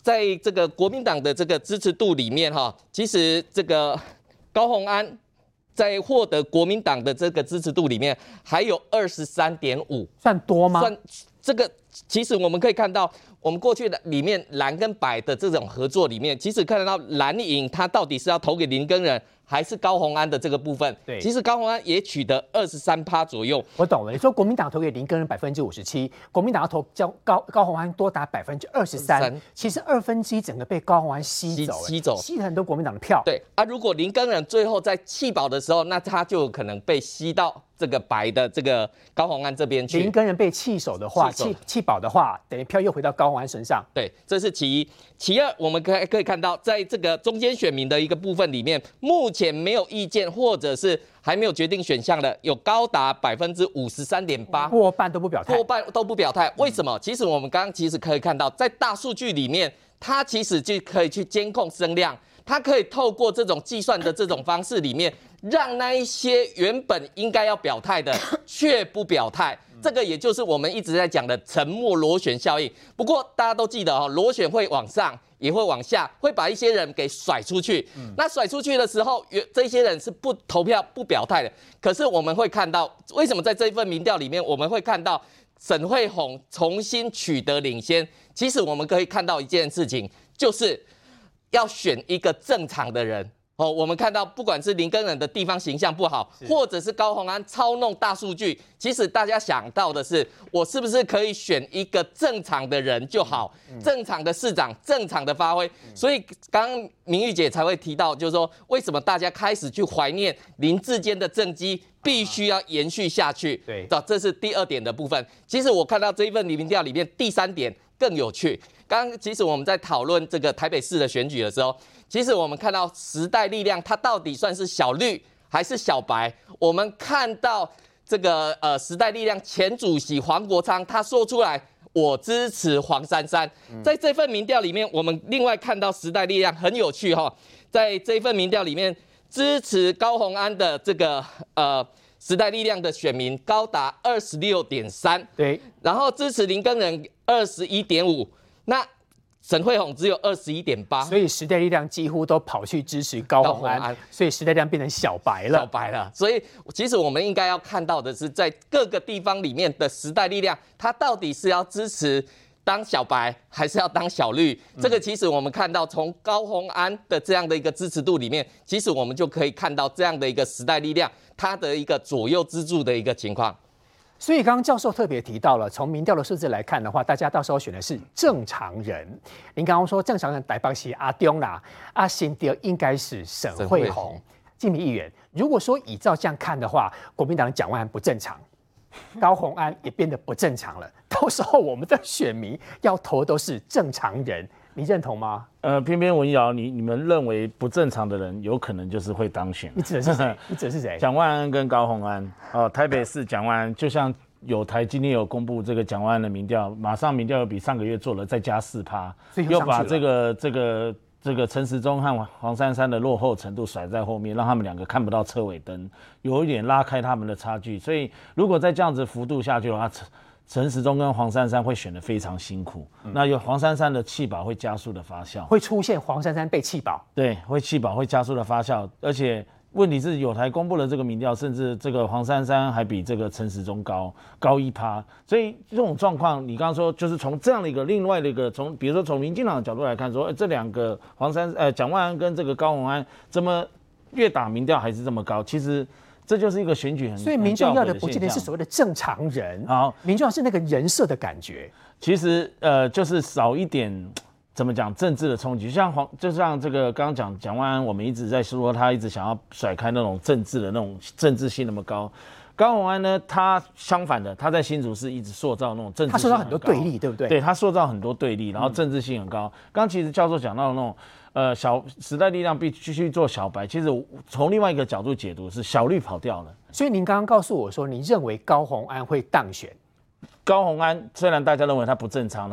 在这个国民党的这个支持度里面哈，其实这个高虹安在获得国民党的这个支持度里面还有二十三点五， 算多吗？ 算这个，其实我们可以看到，我们过去的里面蓝跟白的这种合作里面，其实看得到蓝营他到底是要投给林耕仁还是高虹安的这个部分。 对， 其实高虹安也取得二十三趴左右。 我懂了，你说国民党投给林耕仁百分之五十七，国民党要投高高高虹安多达百分之二十三，其实二分之一整个被高虹安吸走， 吸走， 吸了很多国民党的票。 对啊，如果林耕仁最后在弃保的时候，那他就可能被吸到这个白的这个高虹安这边去。 林耕仁被弃守的话，弃弃保的话，等于票又回到高虹安身上。 对，这是其一。其二，我们可以可以看到，在这个中间选民的一个部分里面，目前没有意见或者是还没有决定选项的，有高达百分之五十三点八， 过半都不表态， 过半都不表态。为什么？其实我们刚刚其实可以看到，在大数据里面，它其实就可以去监控声量。它可以透过这种计算的这种方式里面，让那一些原本应该要表态的却不表态，这个也就是我们一直在讲的沉默螺旋效应。不过大家都记得哦，螺旋会往上也会往下，会把一些人给甩出去。嗯、那甩出去的时候，这些人是不投票不表态的。可是我们会看到，为什么在这一份民调里面，我们会看到沈慧虹重新取得领先？其实我们可以看到一件事情，就是要选一个正常的人哦。我们看到，不管是林耕仁的地方形象不好，或者是高虹安操弄大数据，其实大家想到的是，我是不是可以选一个正常的人就好，嗯、正常的市长，正常的发挥。嗯、所以刚刚明玉姐才会提到，就是说为什么大家开始去怀念林智坚的政绩必须要延续下去。对，这是第二点的部分。其实我看到这一份民调里面第三点更有趣。刚刚其实我们在讨论这个台北市的选举的时候，其实我们看到时代力量它到底算是小绿还是小白？我们看到这个呃时代力量前主席黄国昌他说出来，我支持黄珊珊。在这份民调里面，我们另外看到时代力量很有趣哈，在这份民调里面，支持高虹安的这个呃时代力量的选民高达二十六点三，对，然后支持林耕仁二十一点五。那沈慧虹只有二十一点八， 所以时代力量几乎都跑去支持高虹安，安所以时代力量变成小白了。 小白了，所以其实我们应该要看到的是，在各个地方里面的时代力量，它到底是要支持当小白还是要当小绿？嗯、这个其实我们看到，从高虹安的这样的一个支持度里面，其实我们就可以看到这样的一个时代力量它的一个左右支柱的一个情况。 所以刚刚教授特别提到了，从民调的数字来看的话，大家到时候选的是正常人。您刚刚说正常人台北是阿中啦，阿新第二应该是沈慧虹。静明议员，如果说依照这样看的话，国民党蒋万安不正常，高虹安也变得不正常了。到时候我们的选民要投都是正常人，你认同吗？ 呃，偏偏文瑶，你你们认为不正常的人有可能就是会当选？ 你指的是谁？你指的是谁？ 蒋万安跟高虹安哦，台北市蒋万安，就像有台今天有公布这个蒋万安的民调，马上民调又比上个月做了再加四趴，又把这个这个这个陈时中和黄珊珊的落后程度甩在后面，让他们两个看不到车尾灯，有一点拉开他们的差距。所以如果再这样子幅度下去的话，陈时中跟黄珊珊会选得非常辛苦，嗯、那有黄珊珊的弃保会加速的发酵， 会出现黄珊珊被弃保， 对，会弃保会加速的发酵，而且问题是有台公布了这个民调，甚至这个黄珊珊还比这个陈时中高高一趴，所以这种状况，你刚刚说就是从这样的一个另外的一个从，比如说从民进党的角度来看说，这两个黄珊呃蒋万安跟这个高虹安怎么越打民调还是这么高，其实。这就是一个选举很， 所以民众要的不见得是所谓的正常人，好，民众要是那个人设的感觉。 其实呃，就是少一点怎么讲政治的冲击，像黄，就像这个刚刚讲蒋万安，我们一直在说他一直想要甩开那种政治的那种政治性那么高。高虹安呢，他相反的，他在新竹市一直塑造那种政治性很高，他塑造很多对立，对不对？ 对，他塑造很多对立，然后政治性很高。刚、嗯、其实教授讲到的那种。呃，小时代力量必须做小白，其实从另外一个角度解读是小绿跑掉了。 所以您刚刚告诉我说，你认为高虹安会当选？ 高虹安虽然大家认为他不正常，然后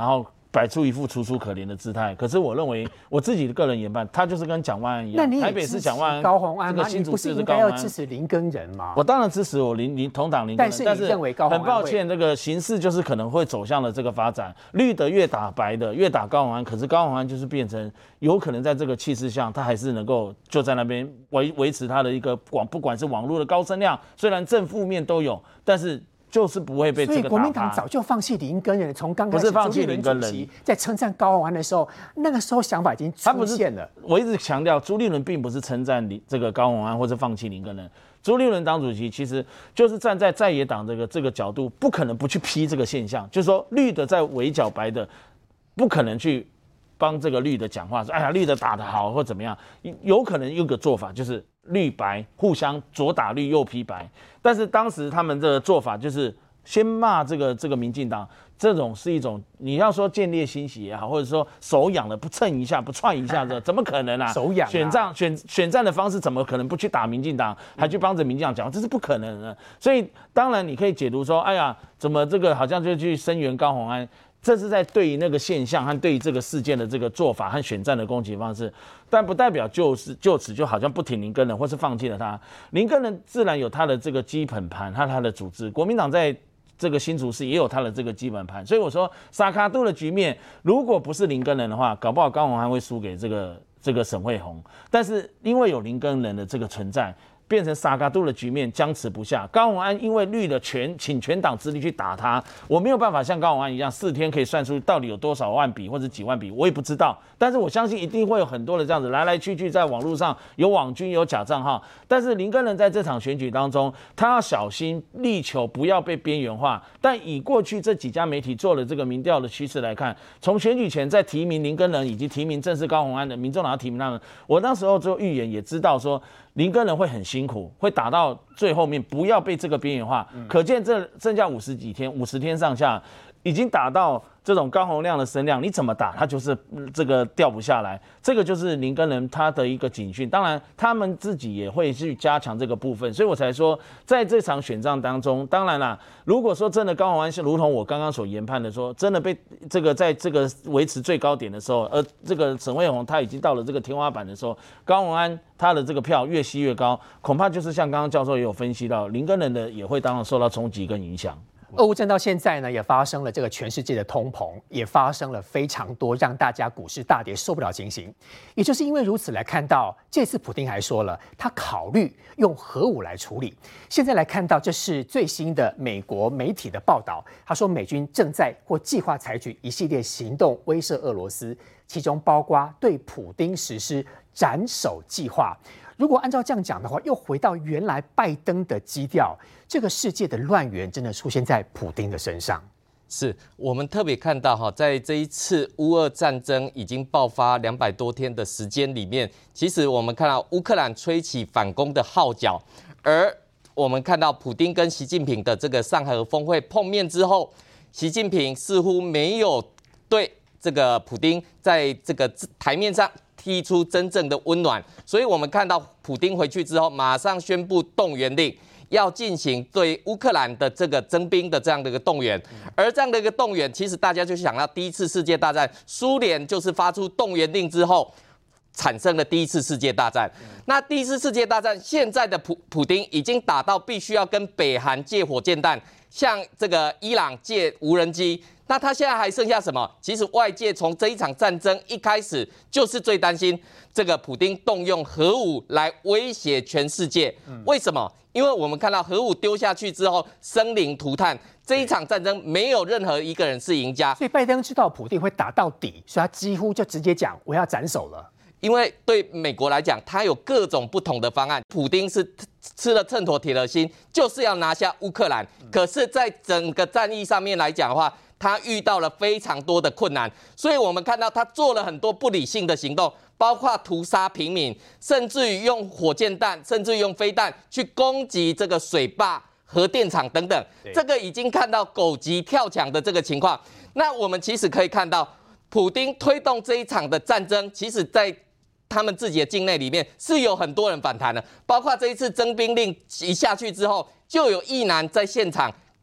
摆出一副楚楚可怜的姿态。可是我认为我自己的个人研判，他就是跟蒋万安一样， 那你台北市蒋万安， 高虹安吗？ 这个新竹市你不是应该是高虹安要支持林耕仁吗？ 我当然支持我林林同党林耕仁， 但是你认为高虹安很抱歉，这个形势就是可能会走向了这个发展，绿的越打白的越打高虹安，可是高虹安就是变成有可能在这个气势下，他还是能够就在那边维维持他的一个广，不管是网络的高声量，虽然正负面都有，但是就是不会被这个打趴。 所以国民党早就放弃林耕仁，从刚开始不是放弃林耕仁， 在称赞高虹安的时候，那个时候想法已经出现了。 我一直强调，朱立伦并不是称赞林这个高虹安或者放弃林耕仁。朱立伦党主席其实就是站在在野党这个这个角度，不可能不去批这个现象，就是说绿的在围剿白的，不可能去帮这个绿的讲话，说哎呀绿的打得好或怎么样，有可能有个做法就是绿白互相左打绿右批白，但是当时他们这个做法就是先骂这个这个民进党，这种是一种你要说见猎心喜也好，或者说手痒了不蹭一下不踹一下的，怎么可能啊？ 手痒、啊、 选战选选战的方式怎么可能不去打民进党，还去帮着民进党讲话，这是不可能的。所以当然你可以解读说，哎呀，怎么这个好像就去声援高虹安。这是在对于那个现象和对于这个事件的这个做法和选战的攻击方式，但不代表就是就此就好像不挺林耕仁或是放弃了他。林耕仁自然有他的这个基本盘和他的组织，国民党在这个新竹市也有他的这个基本盘，所以我说沙卡度的局面，如果不是林耕仁的话，搞不好高虹安会输给这个这个沈慧虹，但是因为有林耕仁的这个存在。变成萨卡度的局面僵持不下，高虹安因为绿的全请全党之力去打他，我没有办法像高虹安一样四天可以算出到底有多少万笔或者几万笔，我也不知道。但是我相信一定会有很多的这样子来来去去在网络上有网军有假账号。但是林耕仁在这场选举当中，他要小心，力求不要被边缘化。但以过去这几家媒体做了这个民调的趋势来看，从选举前在提名林耕仁以及提名正式高虹安的民众党要提名他们，我那时候做预言也知道说。林耕仁会很辛苦，会打到最后面，不要被这个边缘化。嗯、可见这剩下五十几天，五十天上下，已经打到这种高洪亮的声量，你怎么打，他就是这个掉不下来。这个就是林耕仁他的一个警讯。当然，他们自己也会去加强这个部分，所以我才说，在这场选战当中，当然啦，如果说真的高虹安是如同我刚刚所研判的说，真的被这个在这个维持最高点的时候，而这个沈慧虹他已经到了这个天花板的时候，高虹安他的这个票越吸越高，恐怕就是像刚刚教授也有分析到，林耕仁的也会当然受到冲击跟影响。 俄乌战到现在呢，也发生了这个全世界的通膨，也发生了非常多让大家股市大跌受不了情形。也就是因为如此来看到，这次普丁还说了，他考虑用核武来处理。现在来看到，这是最新的美国媒体的报道，他说美军正在或计划采取一系列行动威慑俄罗斯，其中包括对普丁实施斩首计划。如果按照这样讲的话，又回到原来拜登的基调，这个世界的乱源真的出现在普丁的身上。 是我们特别看到哈，在这一次乌俄战争已经爆发两百多天的时间里面，其实我们看到乌克兰吹起反攻的号角，而我们看到普丁跟习近平的这个上海峰会碰面之后，习近平似乎没有对这个普丁在这个台面上提出真正的温暖，所以我们看到普丁回去之后，马上宣布动员令，要进行对乌克兰的这个征兵的这样的一个动员。而这样的一个动员，其实大家就想到第一次世界大战，苏联就是发出动员令之后，产生了第一次世界大战。那第一次世界大战，现在的普普丁已经打到必须要跟北韩借火箭弹，向这个伊朗借无人机。那他现在还剩下什么？其实外界从这一场战争一开始就是最担心这个普丁动用核武来威胁全世界。为什么？因为我们看到核武丢下去之后，生灵涂炭。这一场战争没有任何一个人是赢家。 所以拜登知道普丁会打到底，所以他几乎就直接讲我要斩首了。 因为对美国来讲，他有各种不同的方案。普丁是吃了秤砣铁了心，就是要拿下乌克兰。可是，在整个战役上面来讲的话，他遇到了非常多的困难，所以我们看到他做了很多不理性的行动，包括屠杀平民，甚至于用火箭弹，甚至于用飞弹去攻击这个水坝、核电厂等等。这个已经看到狗急跳墙的这个情况。那我们其实可以看到，普丁推动这一场的战争，其实在他们自己的境内里面是有很多人反弹的，包括这一次征兵令一下去之后，就有役男在现场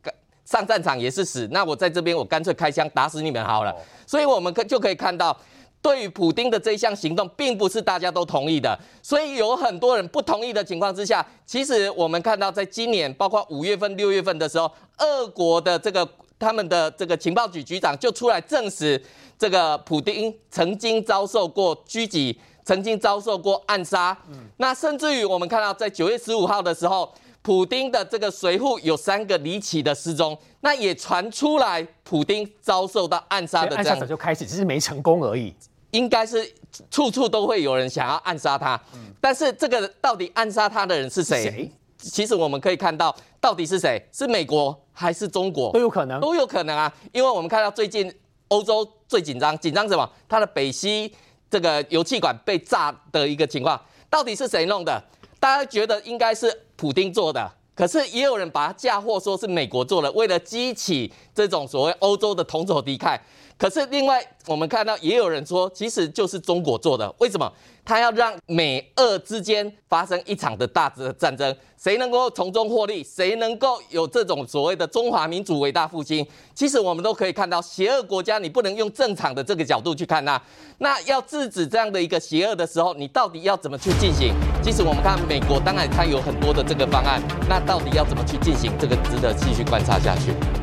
上战场也是死，那我在这边我干脆开枪打死你们好了。所以我们可就可以看到，对于普丁的这一项行动，并不是大家都同意的。所以有很多人不同意的情况之下，其实我们看到，在今年包括五月份、六月份的时候，俄国的这个他们的这个情报局局长就出来证实，这个普丁曾经遭受过狙击，曾经遭受过暗杀。嗯、那甚至于我们看到，在九月十五号的时候，普丁的这个随扈有三个离奇的失踪，那也传出来普丁遭受到暗杀的这样， 暗杀早就开始，只是没成功而已。 应该是处处都会有人想要暗杀他，嗯、但是这个到底暗杀他的人是谁？谁？其实我们可以看到，到底是谁？是美国还是中国？ 都有可能， 都有可能啊！因为我们看到最近欧洲最紧张，紧张什么？它的北溪这个油气管被炸的一个情况，到底是谁弄的？大家觉得应该是普丁做的，可是也有人把它嫁祸说是美国做的，为了激起这种所谓欧洲的同仇敌忾。可是另外我们看到也有人说，其实就是中国做的。为什么？他要让美俄之间发生一场的大战争，谁能够从中获利，谁能够有这种所谓的中华民族伟大复兴？其实我们都可以看到，邪恶国家你不能用正常的这个角度去看它。那要制止这样的一个邪恶的时候，你到底要怎么去进行？其实我们看美国，当然它有很多的这个方案，那到底要怎么去进行？这个值得继续观察下去。